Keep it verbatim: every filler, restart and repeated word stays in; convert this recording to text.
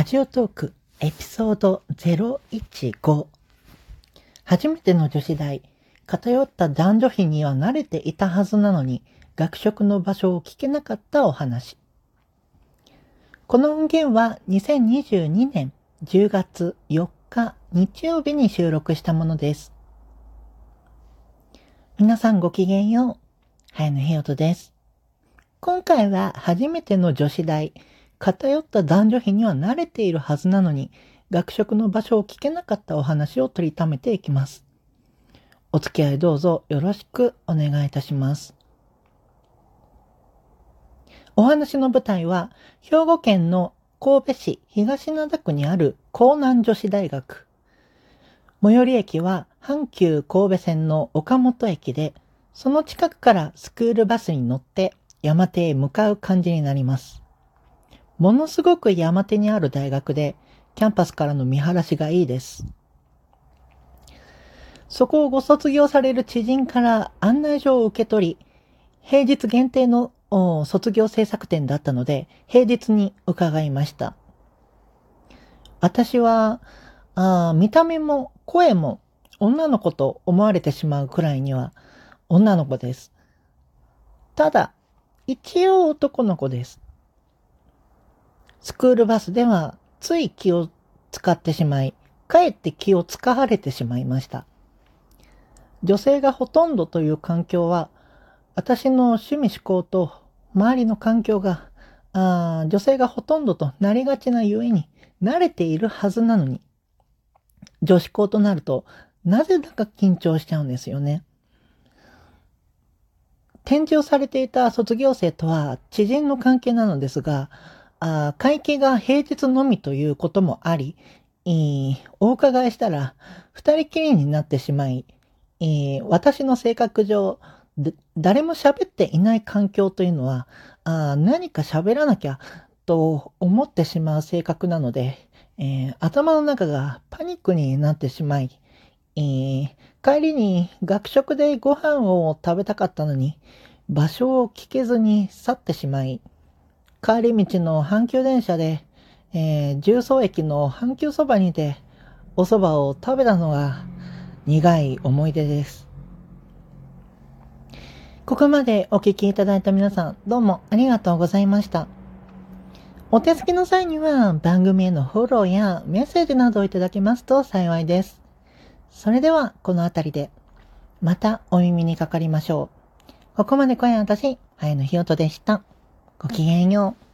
ジオトークエピソードゼロいちご。初めての女子大、偏った男女比には慣れていたはずなのに、学食の場所を聞けなかったお話。この音源はにせんにじゅうにねんじゅうがつよっか日曜日に収録したものです。皆さんごきげんよう。早野ひよとです。今回は初めての女子大、偏った男女比には慣れているはずなのに、学食の場所を聞けなかったお話を取りためていきます。お付き合いどうぞよろしくお願いいたします。お話の舞台は、兵庫県の神戸市東灘区にある江南女子大学。最寄り駅は阪急神戸線の岡本駅で、その近くからスクールバスに乗って山手へ向かう感じになります。ものすごく山手にある大学で、キャンパスからの見晴らしがいいです。そこをご卒業される知人から案内状を受け取り、平日限定の卒業制作展だったので、平日に伺いました。私は、あ見た目も声も女の子と思われてしまうくらいには女の子です。ただ、一応男の子です。スクールバスではつい気を使ってしまい、かえって気を使われてしまいました。女性がほとんどという環境は、私の趣味思考と周りの環境が、あ女性がほとんどとなりがちなゆえに慣れているはずなのに、女子校となるとなぜだか緊張しちゃうんですよね。展示をされていた卒業生とは知人の関係なのですが、あ会計が平日のみということもあり、えー、お伺いしたら二人きりになってしまい、えー、私の性格上、誰も喋っていない環境というのは、あ何か喋らなきゃと思ってしまう性格なので、えー、頭の中がパニックになってしまい、えー、帰りに学食でご飯を食べたかったのに、場所を聞けずに去ってしまい、帰り道の阪急電車で、えー、重曹駅の阪急そばにてお蕎麦を食べたのが苦い思い出です。ここまでお聞きいただいた皆さん、どうもありがとうございました。お手すきの際には番組へのフォローやメッセージなどをいただけますと幸いです。それではこのあたりでまたお耳にかかりましょう。ここまで声は私、早野ひよとでした。ごきげんよう。